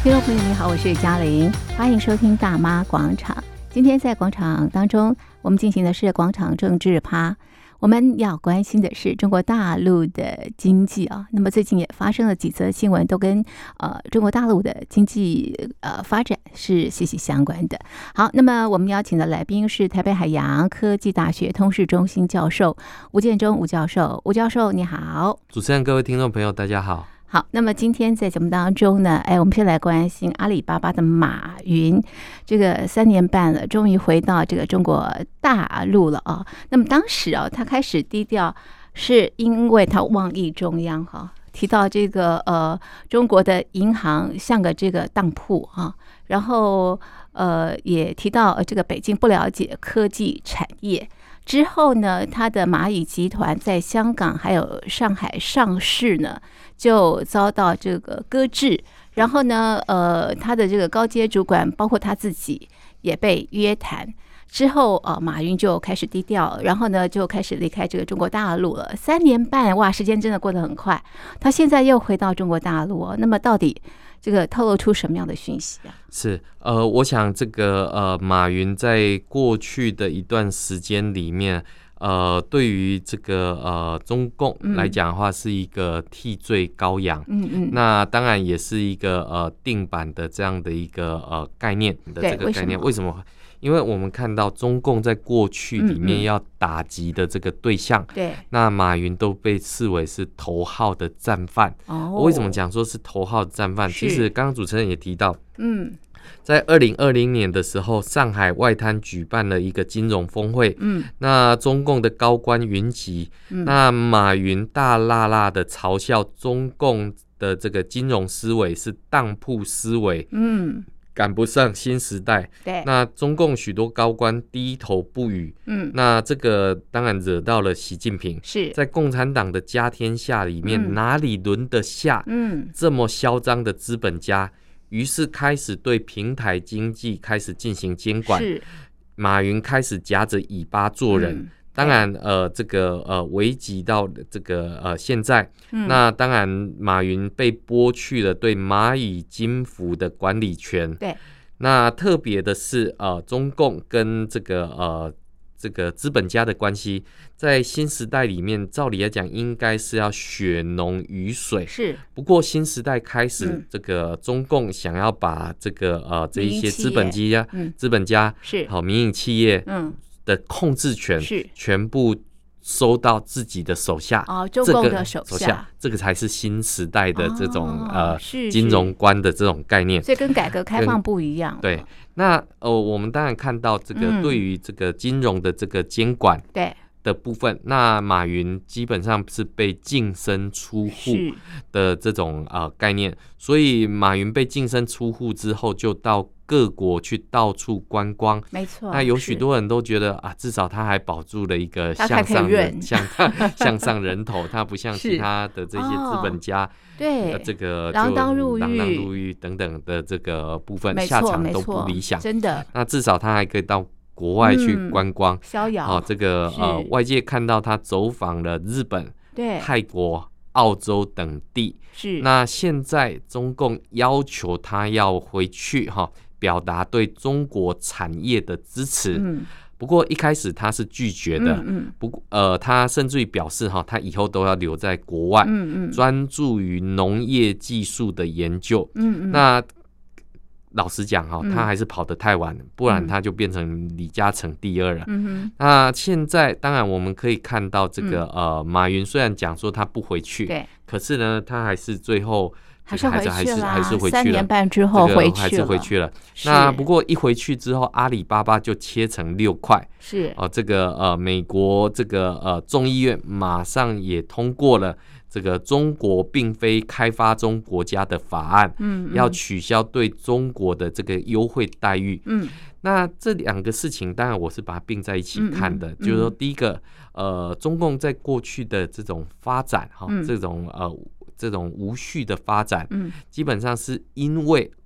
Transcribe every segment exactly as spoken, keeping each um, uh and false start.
听众朋友你好，我是嘉玲，欢迎收听大妈广场。今天在广场当中，我们进行的是广场政治趴。我们要关心的是中国大陆的经济啊，那么最近也发生了几则新闻，都跟呃中国大陆的经济呃发展是息息相关的。好，那么我们邀请的来宾是台北海洋科技大学通识中心教授吴建中吴教授。吴教授你好。 主持人、各位听众朋友大家好。 好，那么今天在节目当中呢，哎，我们先来关心阿里巴巴的马云，这个三年半了，终于回到这个中国大陆了啊。那么当时啊，他开始低调，是因为他妄议中央哈，提到这个呃中国的银行像个这个当铺哈，然后呃也提到这个北京不了解科技产业。之后呢，他的蚂蚁集团在香港还有上海上市呢，就遭到这个搁置。然后呢，呃，他的这个高阶主管，包括他自己，也被约谈。之后，呃，马云就开始低调，然后呢，就开始离开这个中国大陆了。三年半，哇，时间真的过得很快。他现在又回到中国大陆哦，那么到底这个透露出什么样的讯息啊？ 是呃，我想这个呃，马云在过去的一段时间里面，呃，对于这个呃中共来讲的话，是一个替罪羔羊。嗯嗯。那当然也是一个呃定版的这样的一个呃概念的这个概念。为什么？因为我们看到中共在过去里面要打击的这个对象， 对、嗯， 那马云都被视为是头号的战犯。哦，为什么讲说是头号的战犯？其实刚刚主持人也提到，嗯，在二零二零年的时候，上海外滩举办了一个金融峰会，嗯，那中共的高官云集，嗯，那马云大辣辣的嘲笑中共的这个金融思维是当铺思维，嗯。赶不上新时代， 对， 那中共许多高官低头不语，嗯，那这个当然惹到了习近平， 是在共产党的家天下里面，嗯，哪里轮得下，嗯，这么嚣张的资本家？于是开始对平台经济开始进行监管，是马云开始夹着尾巴做人。嗯，当然，呃，这个呃，危及到这个呃，现在，嗯，那当然，马云被剥去了对蚂蚁金服的管理权。 对， 那特别的是，呃，中共跟这个呃这个资本家的关系，在新时代里面，照理来讲，应该是要血浓于水。 是， 不过新时代开始，嗯，这个中共想要把这个呃这一些资本家、嗯、资本家是好民营企业，嗯。的控制权是全部收到自己的手下， 哦，中共的手下， 这个、手下这个才是新时代的这种、 哦、 呃是金融观的这种概念， 所以跟改革开放不一样。 对，那呃，我们当然看到这个对于这个金融的这个监管，对。的部分，那马云基本上是被净身出户的这种呃概念，所以马云被净身出户之后，就到各国去到处观光。 没错， 那有许多人都觉得啊，至少他还保住了一个向上人向向上人头，他不像其他的这些资本家， 对、 哦呃、这个就锒铛入狱、 锒铛入狱等等的这个部分，下场都不理想。 真的， 那至少他还可以到国外去观光， 逍遥、 嗯哦、这个呃，外界看到他走访了日本、 对泰国、澳洲等地。 是， 那现在中共要求他要回去哈、哦，表达对中国产业的支持。嗯，不过一开始他是拒绝的。嗯, 嗯不过呃，他甚至于表示哈、哦，他以后都要留在国外，嗯嗯，专注于农业技术的研究。嗯嗯，那。老实讲哈，他还是跑得太晚了，嗯，不然他就变成李嘉诚第二了。嗯，那现在当然我们可以看到这个，嗯，呃，马云虽然讲说他不回去，对，可是呢，他还是最后还是回去了， 还是还是回去了。 三年半之后回去了，这个， 还是回去了。那不过一回去之后，阿里巴巴就切成六块。是哦，呃，这个呃，美国这个呃众议院马上也通过了。这个中国并非开发中国家的法案，嗯，嗯，要取消对中国的这个优惠待遇，嗯，那这两个事情，当然我是把它并在一起看的，嗯嗯，就是说，第一个，呃，中共在过去的这种发展，哈，嗯，这种呃这种无序的发展，嗯，基本上是因为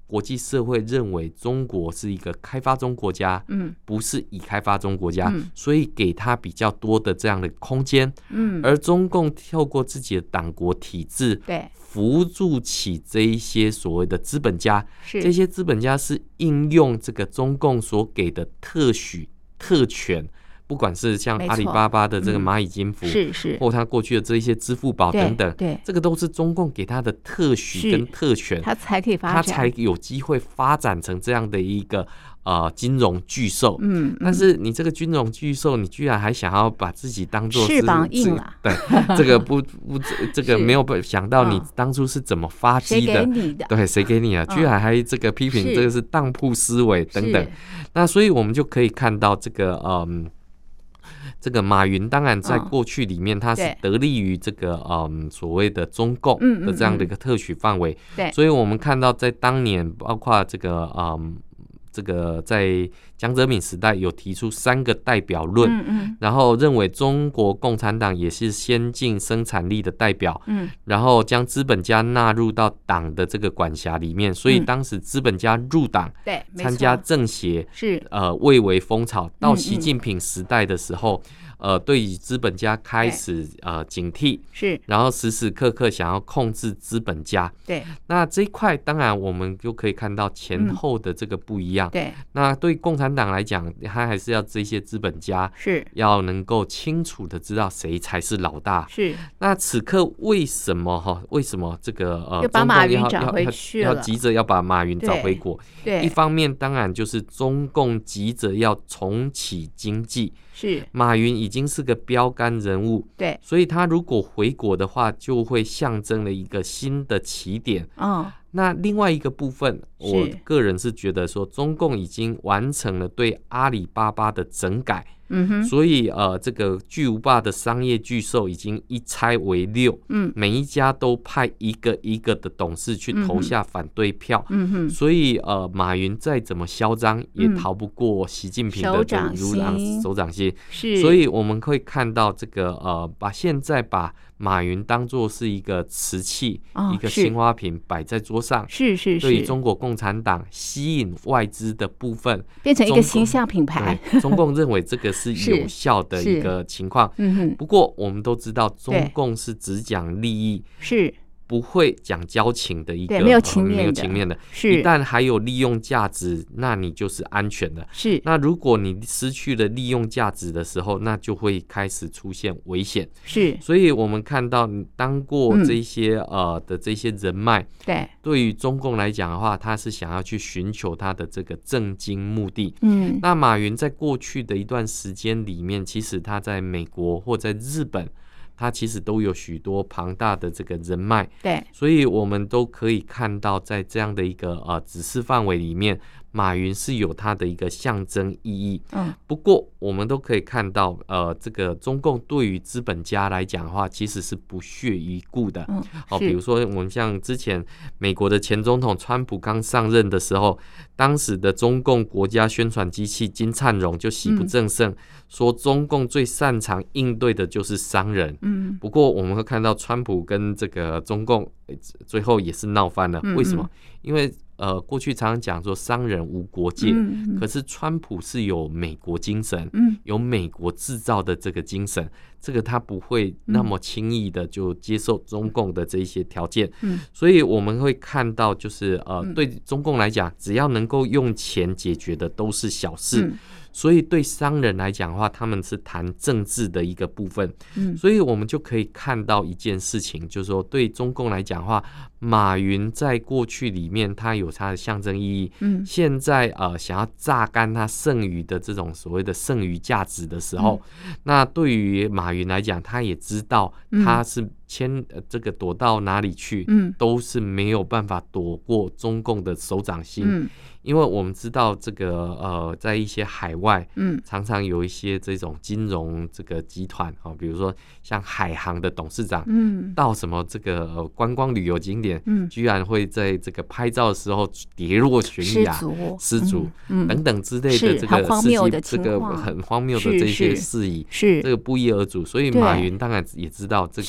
国际社会认为中国是一个开发中国家，嗯，不是已开发中国家，嗯，所以给他比较多的这样的空间，嗯，而中共透过自己的党国体制， 对， 扶助起这一些所谓的资本家，这些资本家是应用这个中共所给的特许特权。不管是像阿里巴巴的这个蚂蚁金服， 是是， 或他过去的这一些支付宝等等， 对， 这个都是中共给他的特许跟特权， 他才可以发展， 他才有机会发展成这样的一个呃金融巨兽。嗯，但是你这个金融巨兽，你居然还想要把自己当做翅膀硬了， 对，这个不不，这个没有想到你当初是怎么发迹的？ 谁给你的？ 对，谁给你的？居然还这个批评这个是当铺思维等等。那所以我们就可以看到这个嗯。这个马云当然在过去里面，他是得力于这个嗯所谓的中共的这样的一个特许范围， 对， 所以我们看到在当年，包括这个嗯这个在江泽民时代有提出三个代表论，嗯嗯，然后认为中国共产党也是先进生产力的代表，嗯，然后将资本家纳入到党的这个管辖里面，所以当时资本家入党， 对， 参加政协是呃蔚为风潮。到习近平时代的时候，呃，对于资本家开始呃警惕， 是， 然后时时刻刻想要控制资本家， 对。 那这一块当然我们就可以看到前后的这个不一样， 嗯、对。 那对共产党来讲，他还是要这些资本家是要能够清楚的知道谁才是老大。 是。 那此刻为什么哈？为什么这个呃， 就把马云找回去了， 要急着要把马云找回国？ 对。 一方面当然就是中共急着要重启经济。 是， 马云已经是个标杆人物， 对， 所以他如果回国的话，就会象征了一个新的起点。 哦， 那另外一个部分，我个人是觉得说，中共已经完成了对阿里巴巴的整改。嗯哼，所以呃，这个巨无霸的商业巨兽已经一拆为六，嗯，每一家都派一个一个的董事去投下反对票，嗯哼，所以呃，马云再怎么嚣张，也逃不过习近平的这个如狼手掌心， 是， 所以我们会看到这个呃，把现在把马云当作是一个瓷器，哦、一个青花瓶摆在桌上， 是是是， 对于中国共产党吸引外资的部分， 变成一个形象品牌。 中共认为这个是有效的一个情况。嗯、不过我们都知道，中共是只讲利益， 是。 不会讲交情的一个， 没有情面的， 呃、没有情面的。 是， 一旦还有利用价值，那你就是安全的。 是， 那如果你失去了利用价值的时候，那就会开始出现危险。 是， 所以我们看到，你当过这些、嗯、呃的这些人脉， 对， 对于中共来讲的话，他是想要去寻求他的这个政经目的。 嗯， 那马云在过去的一段时间里面，其实他在美国或在日本。他其实都有许多庞大的这个人脉， 对， 所以我们都可以看到，在这样的一个呃指示范围里面，马云是有他的一个象征意义。嗯，不过我们都可以看到，呃，这个中共对于资本家来讲的话，其实是不屑一顾的。 嗯， 哦，比如说我们像之前美国的前总统川普刚上任的时候，当时的中共国家宣传机器金灿荣就喜不正胜。嗯，说中共最擅长应对的就是商人，嗯，不过我们会看到川普跟这个中共最后也是闹翻了，嗯嗯，为什么？因为呃，过去常常讲说商人无国界，嗯嗯，可是川普是有美国精神，嗯，有美国制造的这个精神，这个他不会那么轻易的就接受中共的这一些条件，嗯，所以我们会看到就是呃，嗯，对中共来讲，只要能够用钱解决的都是小事。嗯，所以对商人来讲的话，他们是谈政治的一个部分，嗯，所以我们就可以看到一件事情，就是说对中共来讲的话，马云在过去里面他有他的象征意义，嗯，现在呃想要榨干他剩余的这种所谓的剩余价值的时候，嗯，那对于马云来讲，他也知道他是牵呃这个躲到哪里去，嗯，都是没有办法躲过中共的手掌心，嗯，因为我们知道这个呃在一些海外，嗯，常常有一些这种金融这个集团，哦，比如说像海航的董事长，嗯，到什么这个、呃、观光旅游景点，嗯，居然会在这个拍照的时候跌落悬崖、 失足、 失足、嗯、等等之类的这个事情，这个很荒谬的这些事宜， 是这个不一而足。所以马云当然也知道这个流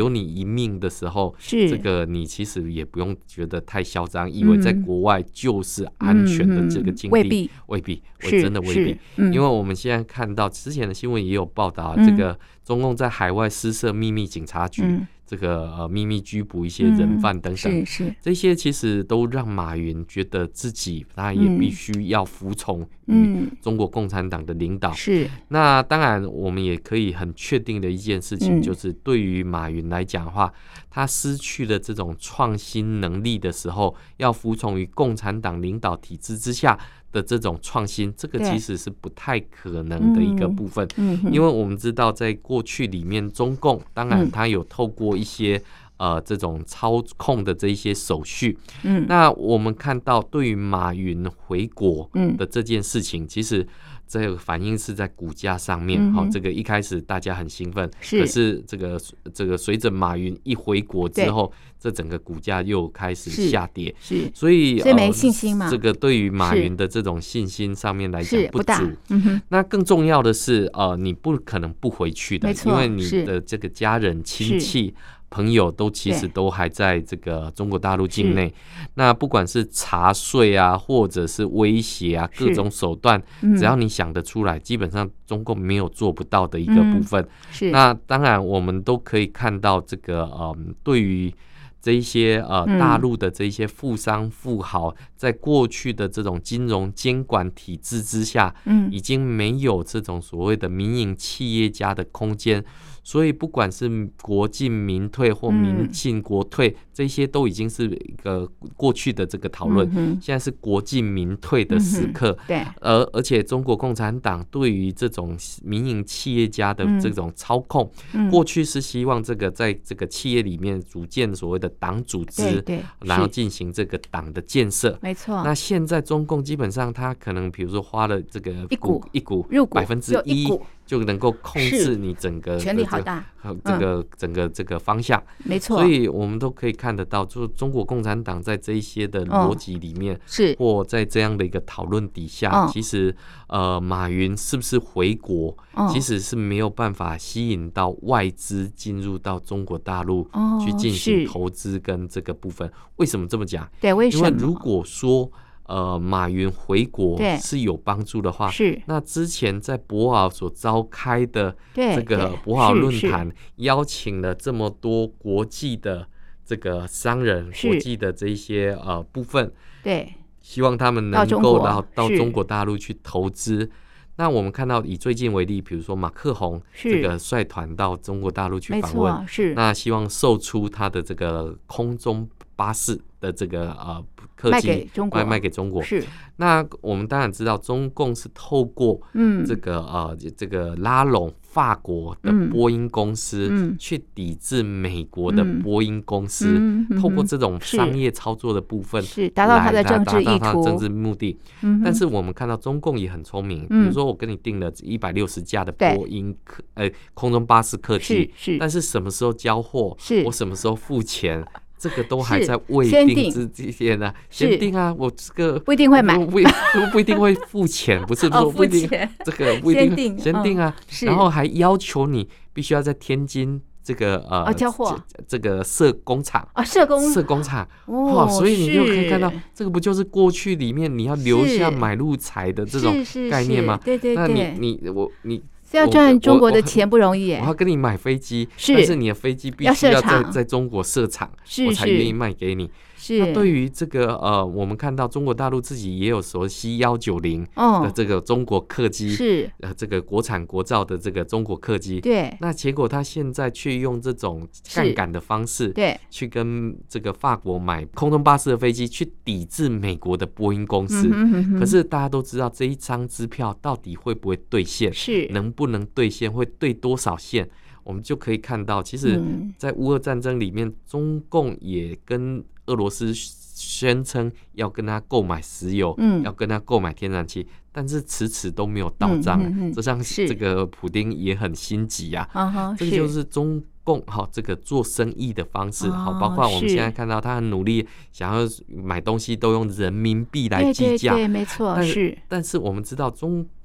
留你一命的时候， 是这个你其实也不用觉得太嚣张，以为在国外就是安全的这个境地， 未必， 未必，真的未必。 嗯、 因为我们现在看到之前的新闻也有报道、嗯，这个中共在海外施设秘密警察局。嗯这个呃秘密拘捕一些人犯等等， 嗯、是是这些其实都让马云觉得自己他也必须要服从于中国共产党的领导。 是、嗯， 那当然我们也可以很确定的一件事情，就是对于马云来讲的话，他失去了这种创新能力的时候，要服从于共产党领导体制之下的这种创新，这个其实是不太可能的一个部分， 嗯嗯、 因为我们知道在过去里面，中共当然他有透过一些、嗯、呃这种操控的这一些手续，嗯，那我们看到对于马云回国的这件事情，嗯、其实这个反应是在股价上面，好、嗯哦，这个一开始大家很兴奋， 是可是这个这个随着马云一回国之后，这整个股价又开始下跌， 是， 所以所以没信心嘛、 呃，这个对于马云的这种信心上面来讲不足。 不大嗯、 那更重要的是，呃，你不可能不回去的，因为你的这个家人、亲戚。朋友都其实都还在这个中国大陆境内，那不管是查税啊，或者是威胁啊，各种手段，嗯、只要你想得出来，基本上中共没有做不到的一个部分。嗯、 是， 那当然我们都可以看到这个，嗯，对于这一些呃大陆的这一些富商富豪，在过去的这种金融监管体制之下，嗯，已经没有这种所谓的民营企业家的空间。所以不管是国进民退或民进国退，嗯、这些都已经是一个过去的这个讨论，嗯、现在是国进民退的时刻。 嗯、对， 而而且中国共产党对于这种民营企业家的这种操控，嗯、过去是希望这个在这个企业里面组建所谓的党组织，然后进行这个党的建设。 没错。 那现在中共基本上他可能比如说花了这个一股一股入股百分之一。就能够控制你整个权力好大， 这个整个这个方向， 没错。 所以我们都可以看得到，就是中国共产党在这一些的逻辑里面， 是或在这样的一个讨论底下，其实呃，马云是不是回国，其实是没有办法吸引到外资进入到中国大陆去进行投资跟这个部分。为什么这么讲？ 对，为什么？ 因为如果说呃，马云回国是有帮助的话， 是那之前在博鳌所召开的这个博鳌论坛，邀请了这么多国际的这个商人、国际的这一些呃部分， 对， 希望他们能够到到中国大陆去投资。那我们看到以最近为例，比如说马克宏这个率团到中国大陆去访问， 是那希望售出他的这个空中巴士的这个呃科技卖给中国， 卖给中国。 是， 那我们当然知道，中共是透过嗯这个呃这个拉拢法国的波音公司，嗯、去抵制美国的波音公司，嗯嗯、透过这种商业操作的部分， 是达到他的政治意图、 政治目的。嗯、但是我们看到中共也很聪明，嗯、比如说我跟你订了一百六十架的波音客呃空中巴士客机， 是是， 但是什么时候交货， 是我什么时候付钱？这个都还在未定之间呢，先定啊！我这个不一定会买， 不不一定会付钱，不是说不一定，这个不一定先定啊，然后还要求你必须要在天津这个呃交货， 这个设工厂啊，设工设工厂哦，所以你就可以看到，这个不就是过去里面你要留下买路财的这种概念吗？ 对对对， 那你你我你。 要赚中国的钱不容易耶！ 我要跟你买飞机，但是你的飞机必须要在在中国设厂，我才愿意卖给你。 是。 那对于这个呃，我们看到中国大陆自己也有所谓 C 一九零的这个中国客机， 是呃这个国产国造的这个中国客机。 对。 那结果他现在却用这种杠杆的方式， 对， 去跟这个法国买空中巴士的飞机，去抵制美国的波音公司。 嗯哼嗯哼。 可是大家都知道这一张支票到底会不会兑现？ 是。 能不能兑现？会兑多少线？我们就可以看到，其实，在乌俄战争里面，中共也跟俄罗斯宣称要跟他购买石油，嗯、要跟他购买天然气，但是迟迟都没有到账，嗯嗯嗯、这让这个普丁也很心急啊。 Uh-huh, 这个就是中共哈这个做生意的方式，好、哦，包括我们现在看到他很努力想要买东西都用人民币来计价， 对对对，没错， 但是但是我们知道中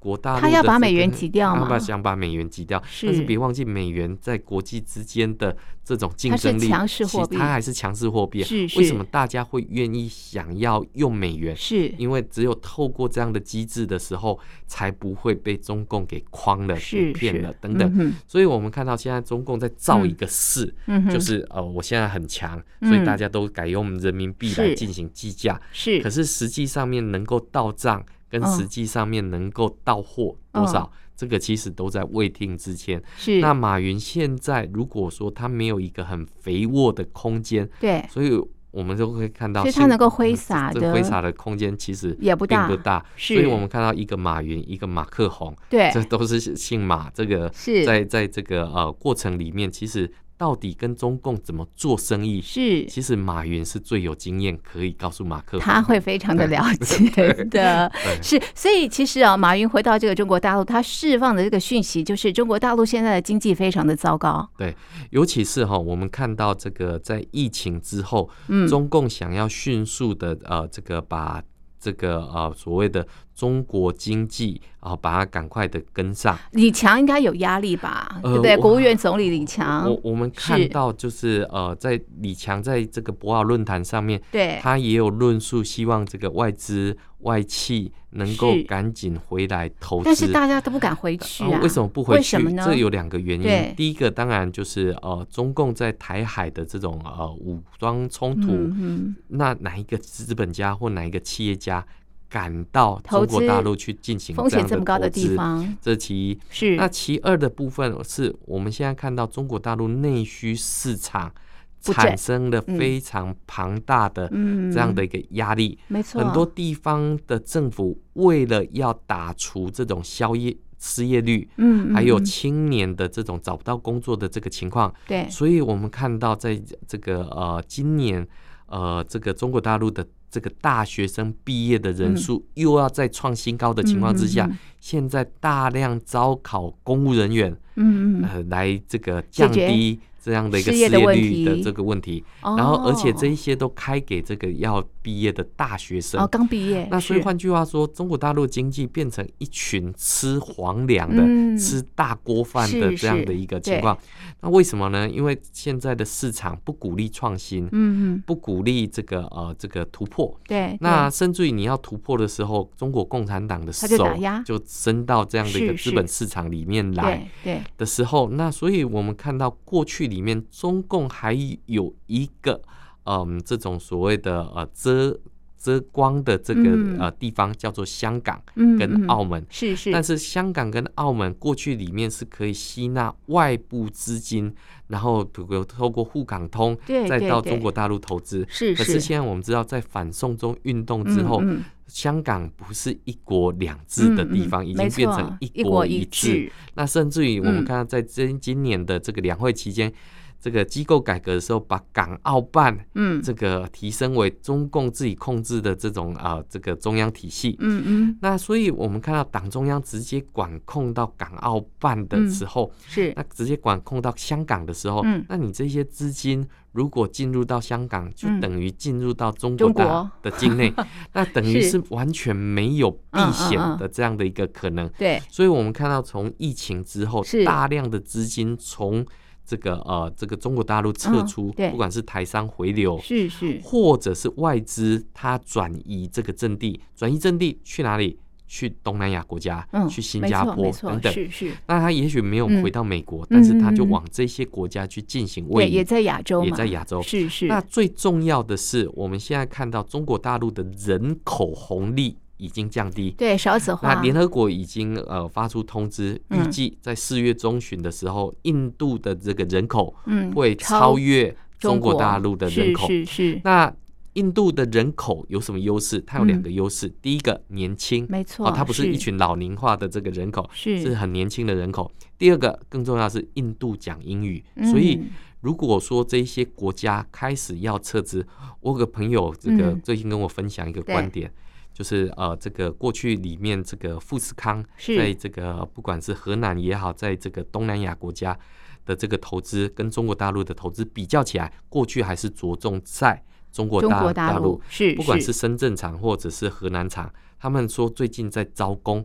国大陆的、 他要把美元挤掉嘛， 他想把美元挤掉，但是别忘记美元在国际之间的这种竞争力， 它是强势货币， 它还是强势货币。 是是， 为什么大家会愿意想要用美元？ 是因为只有透过这样的机制的时候，才不会被中共给诓了、给骗了等等、嗯。所以我们看到现在中共在造一个势、嗯，就是呃，我现在很强，所以大家都改用人民币来进行计价。是，可是实际上面能够到账，跟实际上面能够到货多少？嗯，这个其实都在未定之间。是，那马云现在如果说他没有一个很肥沃的空间，对，所以我们就会看到， 所以他能够挥洒的、 这挥洒的空间其实也不大， 并不大。所以我们看到一个马云，一个马克宏，对，这都是姓马。这个在在这个呃过程里面，其实到底跟中共怎么做生意？是，其实马云是最有经验，可以告诉马克宏， 他会非常的了解的。是，所以其实啊，马云回到这个中国大陆，他释放的这个讯息就是中国大陆现在的经济非常的糟糕。 对，尤其是哈，我们看到这个在疫情之后，嗯，中共想要迅速的呃这个把这个呃所谓的中国经济啊、呃，把它赶快的跟上。 李强应该有压力吧？呃、对不对？国务院总理李强， 我我们看到就是呃，在李强在这个博鳌论坛上面，对，他也有论述，希望这个外资外企能够赶紧回来投资。 但是大家都不敢回去啊？ 呃、为什么不回去？ 为什么呢？ 这有两个原因。第一个当然就是呃，中共在台海的这种呃武装冲突，嗯嗯，那哪一个资本家或哪一个企业家赶到中国大陆去进行风险这么高的地方， 这是其一。是，那其二的部分是我们现在看到中国大陆内需市场产生了非常庞大的这样的一个压力。没错、嗯，很多地方的政府为了要打除这种消业失业率，嗯，还有青年的这种找不到工作的这个情况，对，所以我们看到在这个呃今年呃这个中国大陆的这个大学生毕业的人数又要再创新高的情况之下，嗯嗯嗯，现在大量招考公务人员，嗯嗯，呃，来这个降低这样的一个失业率的这个问题，然后而且这一些都开给这个要毕业的大学生， 哦，刚毕业。 那所以换句话说，中国大陆经济变成一群吃皇粮的、嗯、吃大锅饭的这样的一个情况。那为什么呢？因为现在的市场不鼓励创新，嗯，不鼓励这个呃这个突破。对，那甚至于你要突破的时候，中国共产党的手就伸到这样的一个资本市场里面来的时候，那所以我们看到过去里面中共还有一个嗯这种所谓的呃遮遮光的这个、嗯、呃地方叫做香港跟澳门，嗯嗯、是是，但是香港跟澳门过去里面是可以吸纳外部资金，然后比如透过沪港通再到中国大陆投资，是是。可是现在我们知道，在反送中运动之后，嗯嗯、香港不是一国两制的地方，嗯嗯、已经变成一国一制。那甚至于我们看到，在今今年的这个两会期间。这个机构改革的时候，把港澳办嗯这个提升为中共自己控制的这种啊、呃、这个中央体系，嗯嗯，那所以我们看到党中央直接管控到港澳办的时候，嗯、是那直接管控到香港的时候，嗯，那你这些资金如果进入到香港，就等于进入到中国大的境内，嗯、那等于是完全没有避险的这样的一个可能。对、嗯嗯嗯，所以我们看到从疫情之后，大量的资金从这个呃，这个中国大陆撤出，嗯、不管是台商回流，是是，或者是外资它转移这个阵地，转移阵地去哪里？去东南亚国家，嗯、去新加坡等等。是是。那他也许没有回到美国，嗯、但是他就往这些国家去进行位移， 也在亚洲嘛， 也在亚洲。 是是。 那最重要的是，我们现在看到中国大陆的人口红利已经降低， 对，少子化。 那联合国已经呃发出通知，预计在四月中旬的时候，嗯、印度的这个人口会超越中国大陆的人口。是是是。那印度的人口有什么优势？它有两个优势，嗯、第一个年轻，没错，哦，它不是一群老龄化的这个人口，是是很年轻的人口。第二个更重要的是，印度讲英语，嗯、所以如果说这些国家开始要撤资，我有个朋友这个最近跟我分享一个观点。嗯就是呃，这个过去里面这个富士康在这个不管是河南也好，在这个东南亚国家的这个投资跟中国大陆的投资比较起来，过去还是着重在中国大大陆，是不管是深圳厂或者是河南厂，他们说最近在招工，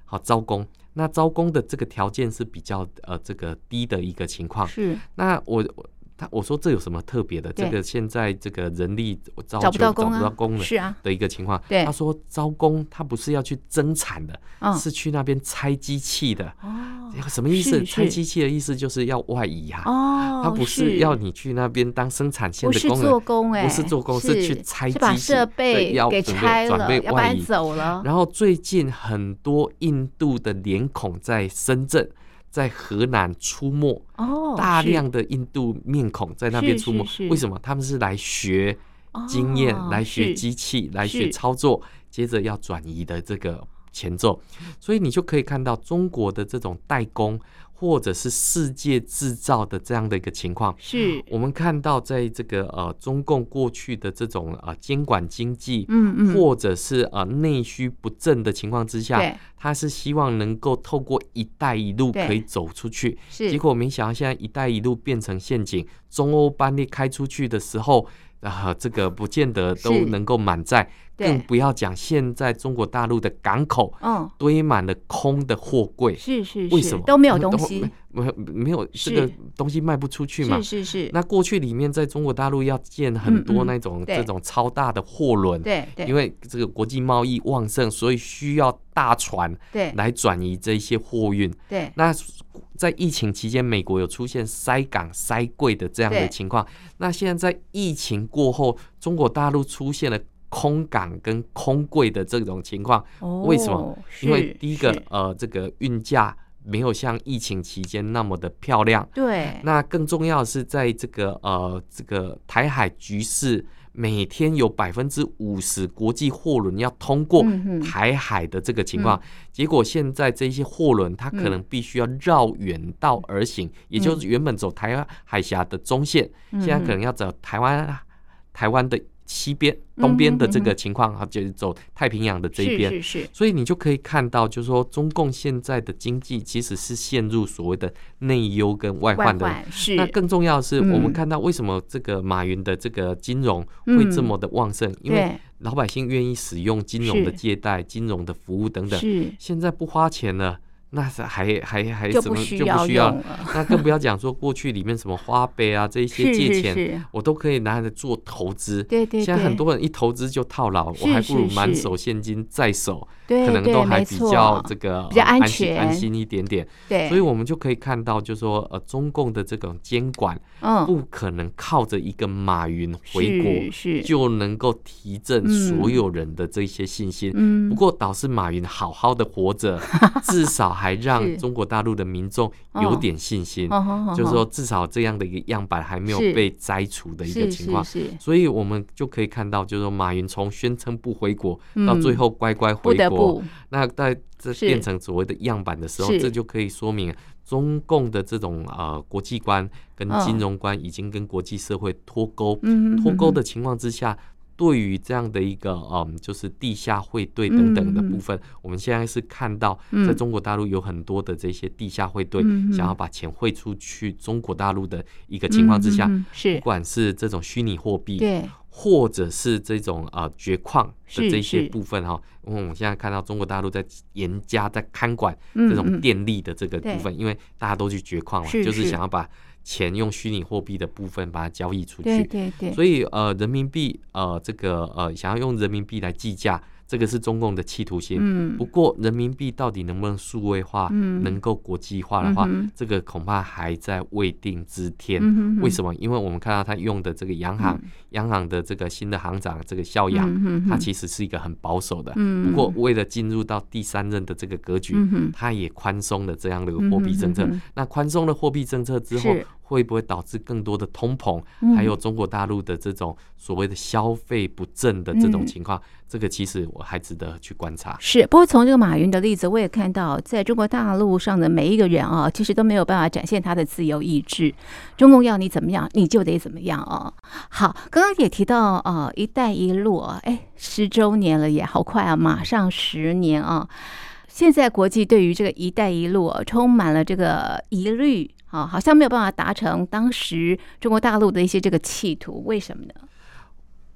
好招工。那招工的这个条件是比较呃这个低的一个情况。 是。 那我他我说这有什么特别的？这个现在这个人力招找不到工啊， 找不到工的是啊的一个情况。 对， 他说招工他不是要去增产的， 哦、 是去那边拆机器的。 哦， 什么意思？拆机器的意思就是要外移啊。 哦， 他不是要你去那边当生产线的工人， 不是做工哎、欸， 不是做工，是去拆机器， 是把设备给拆了， 要不然走了。 然后最近很多印度的脸孔在深圳。在河南出没， 哦， 大量的印度面孔在那边出没。为什么？他们是来学经验，哦、来学机器，来学操作，接着要转移的这个前奏。所以你就可以看到中国的这种代工，或者是世界制造的这样的一个情况。 是我们看到在这个呃中共过去的这种呃监管经济， 嗯嗯， 或者是呃内需不振的情况之下，他是希望能够透过一带一路可以走出去。结果没想到现在一带一路变成陷阱，中欧班列开出去的时候，啊，这个不见得都能够满载，更不要讲现在中国大陆的港口，嗯，堆满了空的货柜， 是是， 为什么都没有东西？ 没没有这个东西卖不出去嘛？ 是是是。 那过去里面在中国大陆要建很多那种、嗯嗯、这种超大的货轮， 对对， 因为这个国际贸易旺盛，所以需要大船对来转移这些货运。 对， 那在疫情期间，美国有出现塞港塞柜的这样的情况。那现在在疫情过后，中国大陆出现了空港跟空柜的这种情况。 哦、 为什么？因为第一个呃，这个运价没有像疫情期间那么的漂亮。 对。 那更重要的是，在这个呃这个台海局势。每天有百分之五十国际货轮要通过台海的这个情况，嗯、结果现在这些货轮它可能必须要绕远道而行，嗯、也就是原本走台湾海峡的中线，嗯、现在可能要走台湾台湾的西边、东边的这个情况，嗯、就是走太平洋的这一边。 是是是。 所以你就可以看到，就是说中共现在的经济其实是陷入所谓的内忧跟外患的。 外患是。 那更重要的是，我们看到为什么这个马云的这个金融会这么的旺盛？嗯、因为老百姓愿意使用金融的借贷、金融的服务等等。 是。现在不花钱了。那是还还还什么就不需要？ 那更不要讲说过去里面什么花呗啊这一些借钱，我都可以拿来做投资。 对对对。 现在很多人一投资就套牢，我还不如满手现金在手， 对可能都还比较这个比较安全安心一点点。 对。 所以我们就可以看到，就是说呃，中共的这种监管，嗯，不可能靠着一个马云回国是就能够提振所有人的这些信心。 嗯。 不过倒是马云好好的活着，至少。还让中国大陆的民众有点信心， 哦、 就是说至少这样的一个样板还没有被摘除的一个情况，所以我们就可以看到，就是说马云从宣称不回国、嗯、到最后乖乖回国，那在这变成所谓的样板的时候，这就可以说明中共的这种呃国际观跟金融观已经跟国际社会脱钩， 嗯、 脱钩的情况之下。对于这样的一个嗯，就是地下汇兑等等的部分，嗯、我们现在是看到，在中国大陆有很多的这些地下汇兑，嗯、想要把钱汇出去中国大陆的一个情况之下， 嗯、是不管是这种虚拟货币， 对， 或者是这种呃掘矿的这些部分哈，因为我们现在看到中国大陆在严加在看管这种电力的这个部分， 嗯、 因为大家都去掘矿嘛， 是就是想要把。钱用虚拟货币的部分把它交易出去， 对对对， 所以呃，人民币呃，这个呃，想要用人民币来计价，这个是中共的企图心。 嗯， 不过人民币到底能不能数位化， 嗯、 能够国际化的话， 嗯、 这个恐怕还在未定之天。 嗯、 为什么？因为我们看到他用的这个央行，嗯、央行的这个新的行长这个肖扬， 嗯、 他其实是一个很保守的。 嗯、 不过为了进入到第三任的这个格局， 嗯、 他也宽松了这样的一个货币政策。 嗯、 那宽松的货币政策之后。会不会导致更多的通膨， 嗯、 还有中国大陆的这种所谓的消费不振的这种情况？嗯、这个其实我还值得去观察。 是，不过从这个马云的例子，我也看到，在中国大陆上的每一个人啊，其实都没有办法展现他的自由意志。中共要你怎么样，你就得怎么样哦。好，刚刚也提到呃，一带一路，哎，十周年了也好快啊，马上十年啊。现在国际对于这个一带一路、啊、充满了这个疑虑。好，好像没有办法达成当时中国大陆的一些这个企图，为什么呢？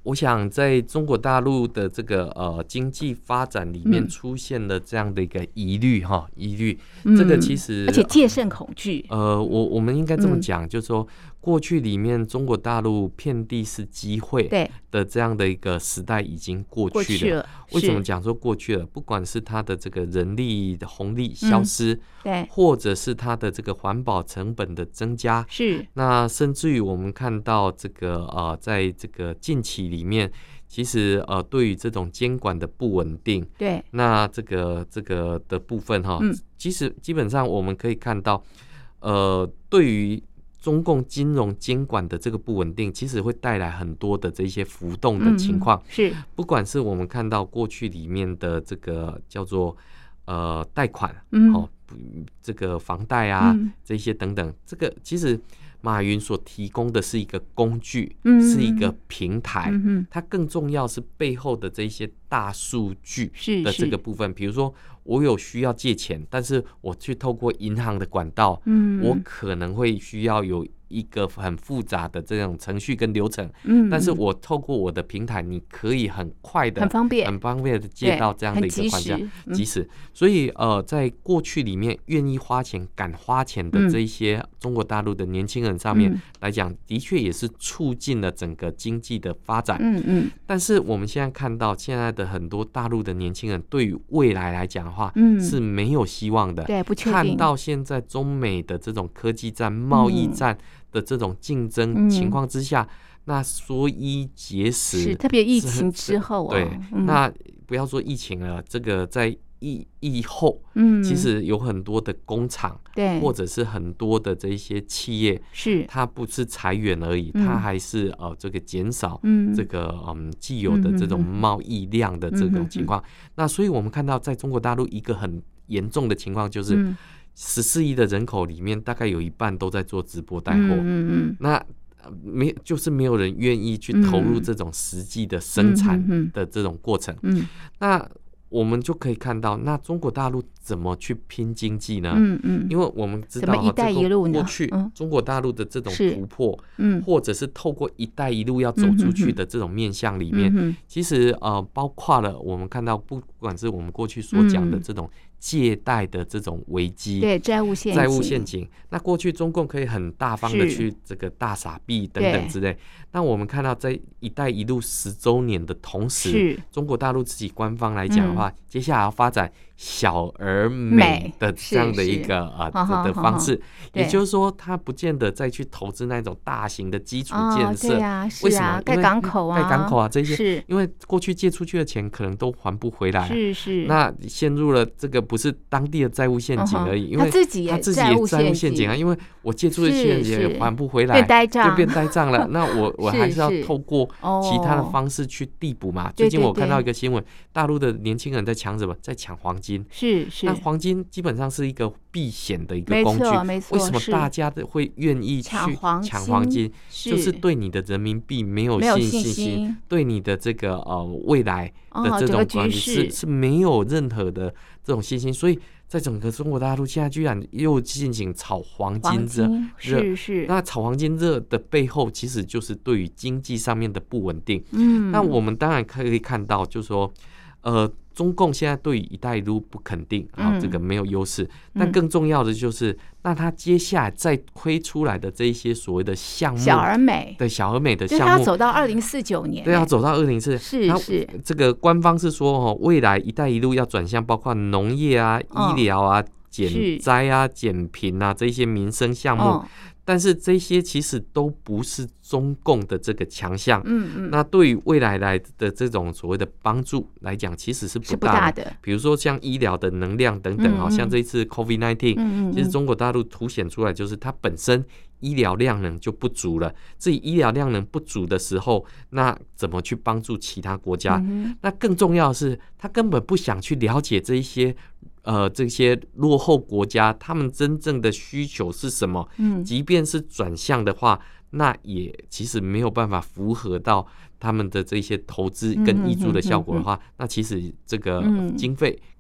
我想在中国大陆的这个呃经济发展里面出现了这样的一个疑虑哈，疑虑，这个其实而且戒慎恐惧。 呃，我我们应该这么讲，嗯、就是说过去里面中国大陆遍地是机会的这样的一个时代已经过去了。 去了为什么讲说过去了？不管是它的这个人力的红利消失，嗯、 对， 或者是它的这个环保成本的增加， 是那甚至于我们看到这个呃，在这个近期里面，其实呃，对于这种监管的不稳定， 对， 那这个这个的部分哈，嗯、其实基本上我们可以看到，呃，对于中共金融监管的这个不稳定，其实会带来很多的这些浮动的情况。 嗯、是， 不管是我们看到过去里面的这个叫做呃贷款， 嗯， 哦，这个房贷啊， 嗯、 这些等等，这个其实马云所提供的是一个工具， 嗯、 是一个平台， 嗯、 它更重要是背后的这些大数据的这个部分。比如说，我有需要借钱，但是我去透过银行的管道， 嗯、 我可能会需要有一个很复杂的这种程序跟流程， 嗯， 但是我透过我的平台，你可以很快的、 很方便、 很方便的借到这样的一个款项，即使、嗯、所以呃，在过去里面愿意花钱、敢花钱的这一些中国大陆的年轻人上面来讲，的确也是促进了整个经济的发展。 嗯嗯。 但是我们现在看到，现在的很多大陆的年轻人对于未来来讲的话， 嗯， 是没有希望的。 对，不确定。 看到现在中美的这种科技战、贸易战的这种竞争情况之下，嗯、那缩衣节食， 是特别疫情之后、啊， 对， 嗯、 那不要说疫情了，这个在疫疫后， 嗯， 其实有很多的工厂， 对， 或者是很多的这一些企业， 是它不是裁员而已， 嗯、 它还是呃这个减少嗯这个嗯既有的这种贸易量的这种情况。嗯、那所以我们看到，在中国大陆一个很严重的情况就是。嗯十四亿的人口里面，大概有一半都在做直播带货。 嗯嗯那没就是没有人愿意去投入这种实际的生产的这种过程。 嗯， 那我们就可以看到，那中国大陆怎么去拼经济呢？ 嗯嗯， 因为我们知道， 一带一路呢， 过去中国大陆的这种突破， 嗯， 或者是透过一带一路要走出去的这种面向里面， 嗯、 其实呃，包括了我们看到，不管是我们过去所讲的这种。借贷的这种危机， 对债务陷阱， 债务陷阱。那过去中共可以很大方的去这个大撒币等等之类。那我们看到在“一带一路”十周年的同时，中国大陆自己官方来讲的话，嗯、接下来要发展小而美的这样的一个啊的方式，也就是说，它不见得再去投资那种大型的基础建设。 哦、对啊， 为什么？ 盖港口啊， 盖港口啊这些， 是因为过去借出去的钱可能都还不回来， 是是。 那陷入了这个。不是当地的债务陷阱而已，因为他自己也债务陷阱啊，因为我借出的钱也还不回来，就变呆账了。那我我还是要透过其他的方式去递补嘛。最近我看到一个新闻，大陆的年轻人在抢什么？在抢黄金。 是是。 那黄金基本上是一个避险的一个工具， 没错。 为什么大家的会愿意去抢黄金？就是对你的人民币没有信心，对你的这个呃未来的这种管理是是没有任何的这种信心，所以在整个中国大陆现在居然又进行炒黄金热， 是是。 那炒黄金热的背后，其实就是对于经济上面的不稳定。 嗯， 那我们当然可以看到，就是说，呃。中共现在对于“一带一路”不肯定，啊，这个没有优势。嗯、但更重要的就是，那他接下来再推出来的这一些所谓的项目， 小而美， 对小而美的项目， 就是要走到二零四九年， 对，要走到二零四， 是是。 这个官方是说，哦，未来“一带一路”要转向包括农业啊、 哦、 医疗啊、减灾啊、减贫啊这些民生项目。 哦， 但是这些其实都不是中共的这个强项， 嗯嗯， 那对于未来来的这种所谓的帮助来讲，其实是不大的。 是不大的。 比如说像医疗的能量等等，好、嗯嗯、像这一次 COVID 十九， 嗯嗯， 其实中国大陆凸显出来就是它本身医疗量能就不足了，自己医疗量能不足的时候，那怎么去帮助其他国家？ 嗯、 那更重要的是，他根本不想去了解这一些。呃，这些落后国家，他们真正的需求是什么？ 嗯， 即便是转向的话，那也其实没有办法符合到他们的这些投资跟挹注的效果的话，嗯、哼哼哼那其实这个经费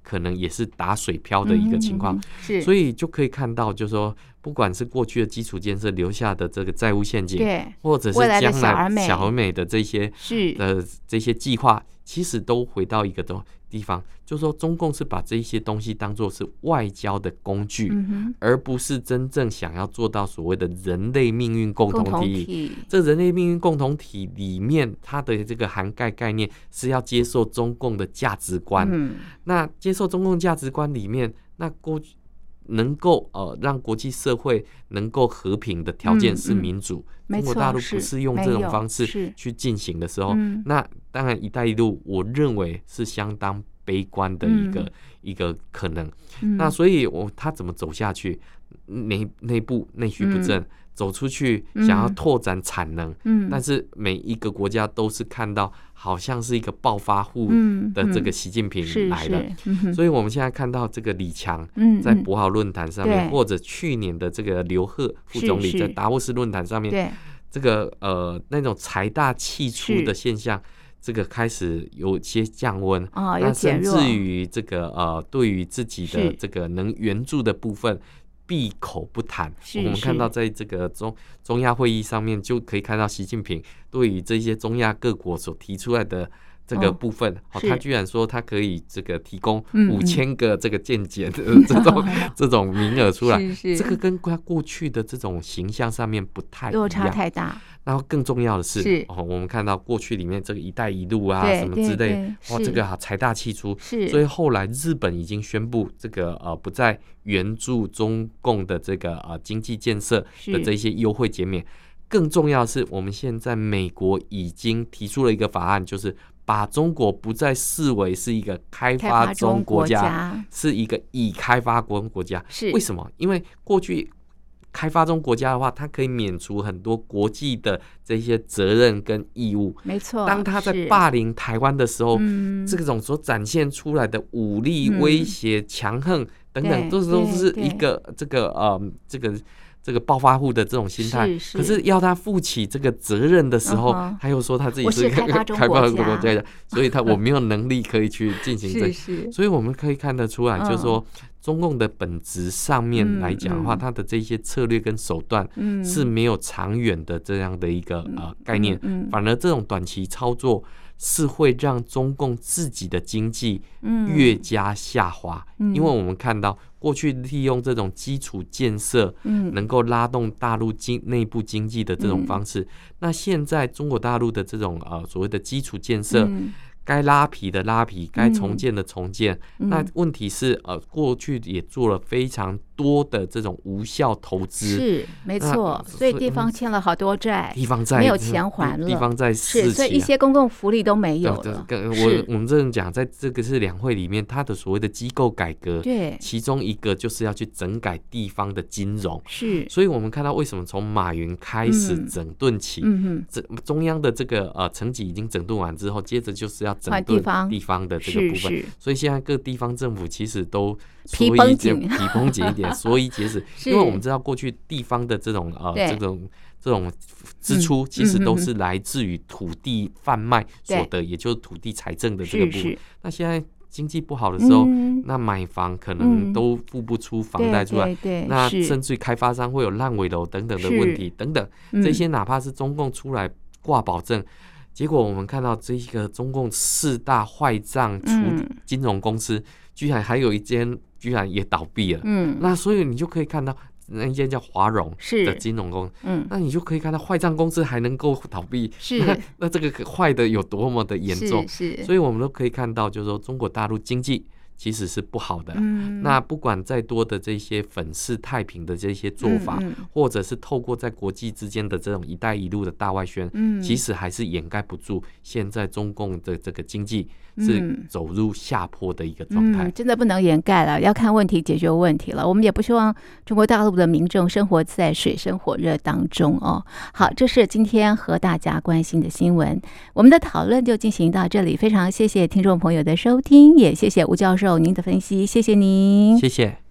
可能也是打水漂的一个情况。 嗯、是， 所以就可以看到，就是说，不管是过去的基础建设留下的这个债务陷阱， 对， 或者是将来小而美的这些是的这些计划，其实都回到一个地方，就是说中共是把这些东西当作是外交的工具， 嗯、 而不是真正想要做到所谓的人类命运共同体。 共同体这人类命运共同体里面，它的这个涵盖概念是要接受中共的价值观。 嗯、 那接受中共价值观里面，那过去能够呃让国际社会能够和平的条件是民主。 嗯嗯、 中国大陆不是用这种方式去进行的时候，那当然“一带一路”我认为是相当悲观的一个、嗯、一个可能。 嗯、 那所以我他怎么走下去？内内部内需不振。嗯，走出去想要拓展产能，嗯，但是每一个国家都是看到好像是一个暴发户的这个习近平来了， 嗯嗯、 所以我们现在看到这个李强在博鳌论坛上面，或者去年的这个刘鹤副总理在达沃斯论坛上面，这个呃那种财大气粗的现象，这个开始有些降温， 哦， 那甚至于这个呃对于自己的这个能援助的部分闭口不谈。我们看到在这个中中亚会议上面，就可以看到习近平对于这些中亚各国所提出来的这个部分，哦哦、他居然说他可以这个提供五千个这个健检的这种、嗯、这种名额出来， 是是这个跟他过去的这种形象上面不太一样， 落差太大。 然后更重要的是， 是哦，我们看到过去里面这个“一带一路”啊什么之类，哇，这个财大气粗，所以后来日本已经宣布这个呃不再援助中共的这个呃经济建设的这些优惠减免。更重要的是，我们现在美国已经提出了一个法案，就是把中国不再视为是一个开发中国家， 开发中国家是一个已开发中国家。 是为什么？因为过去开发中国家的话，它可以免除很多国际的这些责任跟义务。 没错， 当他在霸凌台湾的时候，嗯、这种所展现出来的武力、威胁、强横等等，都是都是一个这个呃这个。这个暴发户的这种心态，可是要他负起这个责任的时候，uh-huh. 他又说他自己是开发中国家，所以他我没有能力可以去进行这，所以我们可以看得出来，就是说中共的本质上面来讲的话，它的这些策略跟手段是没有长远的这样的一个呃概念，反而这种短期操作是会让中共自己的经济越加下滑，因为我们看到。过去利用这种基础建设，能够拉动大陆经内部经济的这种方式，嗯、那现在中国大陆的这种呃所谓的基础建设，嗯、该拉皮的拉皮，该重建的重建。嗯、那问题是呃，过去也做了非常多的这种无效投资， 是没错，所以地方欠了好多债， 地方债没有钱还了， 地方债是，所以一些公共福利都没有了。 我我们这样讲，在这个是两会里面，它的所谓的机构改革， 对， 其中一个就是要去整改地方的金融， 是， 所以我们看到为什么从马云开始整顿起，嗯嗯、中央的这个呃层级已经整顿完之后，接着就是要整顿地方的这个部分，所以现在各地方政府其实都皮绷紧， 皮绷紧一点。所以节食，因为我们知道过去地方的这种呃这种这种支出，其实都是来自于土地贩卖所得，也就是土地财政的这个部分。那现在经济不好的时候，嗯、那买房可能都付不出房贷出来， 对对对， 那甚至开发商会有烂尾楼等等的问题等等，嗯、这些哪怕是中共出来挂保证。结果我们看到这个中共四大坏账出金融公司，嗯、居然还有一间居然也倒闭了。嗯，那所以你就可以看到那一间叫华融的金融公司，嗯，那你就可以看到坏账公司还能够倒闭， 是那那这个坏的有多么的严重？ 是，是， 所以我们都可以看到，就是说中国大陆经济其实是不好的。嗯，那不管再多的这些粉饰太平的这些做法，嗯嗯、或者是透过在国际之间的这种“一带一路”的大外宣，嗯，其实还是掩盖不住现在中共的这个经济是走入下坡的一个状态。 嗯，真的不能掩盖了，要看问题解决问题了。我们也不希望中国大陆的民众生活在水深火热当中哦。好，这是今天和大家关心的新闻，我们的讨论就进行到这里。非常谢谢听众朋友的收听，也谢谢吴教授您的分析，谢谢您， 谢谢。